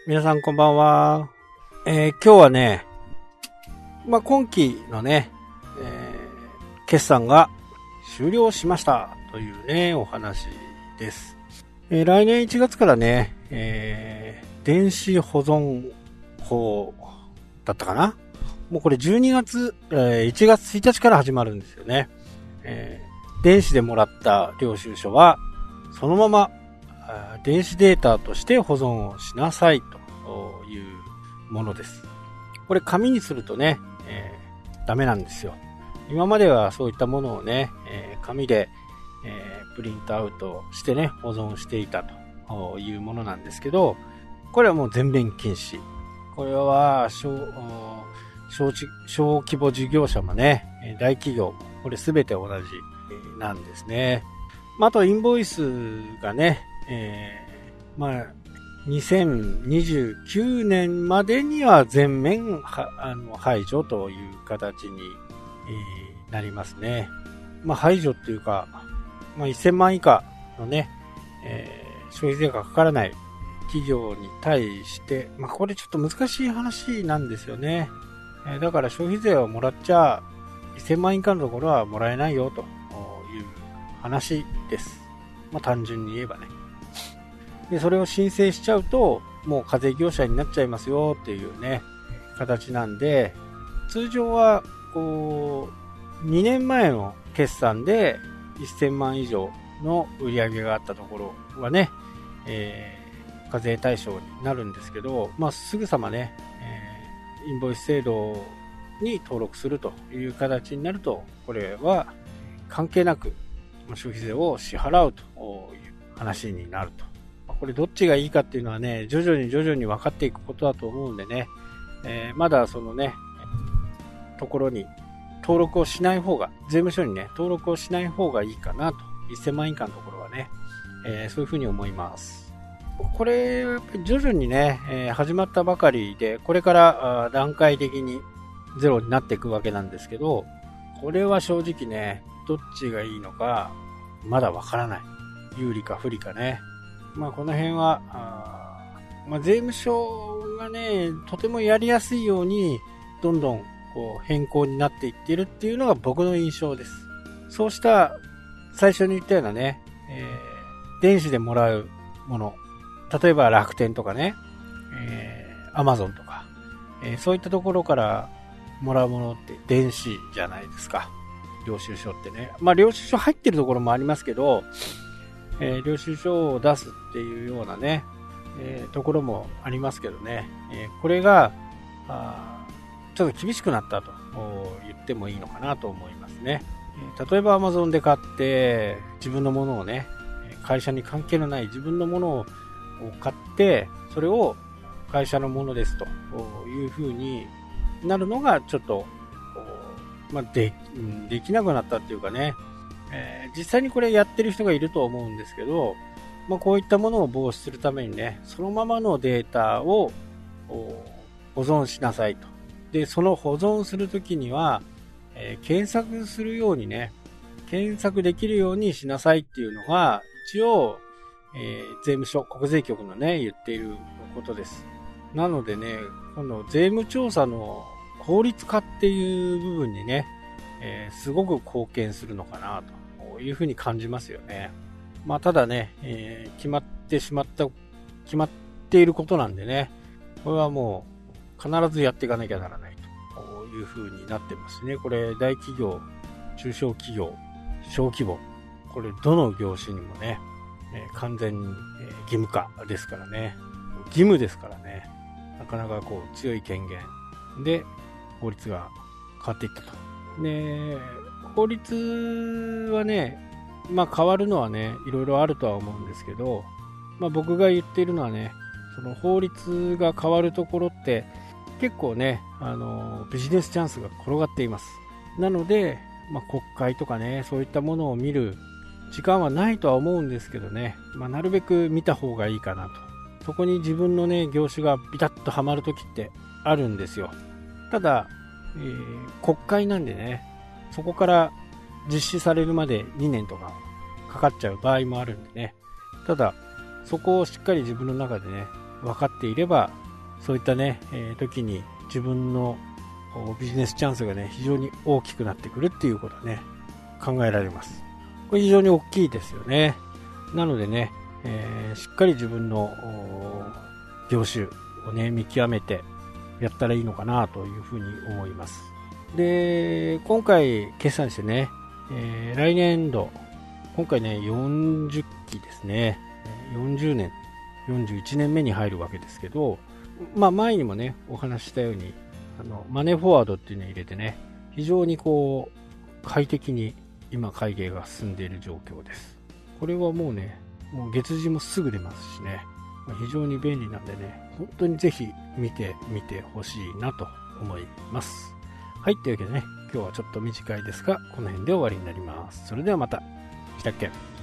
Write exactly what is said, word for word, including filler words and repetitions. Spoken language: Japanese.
皆さんこんばんは。えー、今日はね、まあ、今期のね、えー、決算が終了しましたというね、お話です。えー、来年いちがつからね、えー、電子保存法だったかな？もうこれじゅうにがつ、えー、いちがつついたちから始まるんですよね。えー、電子でもらった領収書は、そのまま電子データとして保存をしなさいというものです。これ紙にするとね、えー、ダメなんですよ。今まではそういったものをね、えー、紙で、えー、プリントアウトしてね、保存していたというものなんですけど、これはもう全面禁止。これは小、小、小規模事業者もね、大企業もこれすべて同じなんですね。まあ、あとインボイスがね、えー、まあ、にせんにじゅうきゅうねんまでには全面はあの排除という形に、えー、なりますね。まあ、排除っていうか、まあ、せんまん以下のね、えー、消費税がかからない企業に対して、まあ、これちょっと難しい話なんですよね。えー、だから消費税をもらっちゃせんまん以下のところはもらえないよという話です。まあ、単純に言えばね。で、それを申請しちゃうと、もう課税業者になっちゃいますよっていうね、形なんで、通常は、こう、にねんまえの決算でせんまん以上の売り上げがあったところはね、えー、課税対象になるんですけど、まあ、すぐさまね、えー、インボイス制度に登録するという形になると、これは関係なく消費税を支払うという話になると。これどっちがいいかっていうのはね、徐々に徐々に分かっていくことだと思うんでね、えー、まだそのね、ところに登録をしない方が、税務署にね、登録をしない方がいいかなと。せんまん以下のところはね、えー、そういうふうに思います。これ、徐々にね、えー、始まったばかりで、これから段階的にゼロになっていくわけなんですけど、これは正直ね、どっちがいいのか、まだわからない。有利か不利かね。まあこの辺は、あまあ、税務署がね、とてもやりやすいように、どんどんこう変更になっていっているっていうのが僕の印象です。そうした、最初に言ったようなね、えー、電子でもらうもの、例えば楽天とかね、えー、Amazon とか、えー、そういったところからもらうものって電子じゃないですか。領収書ってね。まあ領収書入ってるところもありますけど、えー、領収書を出すっていうようなね、えー、ところもありますけどね、えー、これがあちょっと厳しくなったと言ってもいいのかなと思いますね。えー、例えば Amazon で買って自分のものをね、会社に関係のない自分のものを買ってそれを会社のものですというふうになるのがちょっと、まあ、で, できなくなったっていうかね、えー、実際にこれやってる人がいると思うんですけど、まあ、こういったものを防止するためにね、そのままのデータを保存しなさいと。で、その保存するときには、えー、検索するようにね、検索できるようにしなさいっていうのが、一応、えー、税務署、国税局のね、言っていることです。なのでね、この税務調査の効率化っていう部分にね、えー、すごく貢献するのかなというふうに感じますよね。まあただね、えー、決まってしまった、決まっていることなんでね、これはもう必ずやっていかなきゃならないというふうになってますね。これ大企業、中小企業、小規模、これどの業種にもね、えー、完全に義務化ですからね。義務ですからね。なかなかこう強い権限で法律が変わっていったと。で、法律はね、まあ変わるのはね、いろいろあるとは思うんですけど、まあ僕が言っているのはね、その法律が変わるところって結構ね、あの、ビジネスチャンスが転がっています。なので、まあ国会とかね、そういったものを見る時間はないとは思うんですけどね、まあなるべく見た方がいいかなと。そこに自分のね、業種がビタッとはまるときってあるんですよ。ただ、えー、国会なんでね、そこから実施されるまでにねんとかかかっちゃう場合もあるんでね。ただ、そこをしっかり自分の中でね、 分かっていれば、そういったね、えー、時に自分のビジネスチャンスがね、非常に大きくなってくるっていうことはね、考えられます。これ非常に大きいですよね。なのでね、えー、しっかり自分の業種をね、見極めてやったらいいのかなというふうに思います。で、今回決算してね、えー、来年度、今回ね、よんじゅっきですね、よんじゅうねん、よんじゅういちねんめに入るわけですけど、まあ前にもね、お話ししたように、あの、マネーフォワードっていうのを入れてね、非常にこう、快適に今会計が進んでいる状況です。これはもうね、もう月次もすぐ出ますしね、非常に便利なんでね、本当にぜひ見てみてほしいなと思います。はい、というわけでね、今日はちょっと短いですが、この辺で終わりになります。それではまた。したっけ。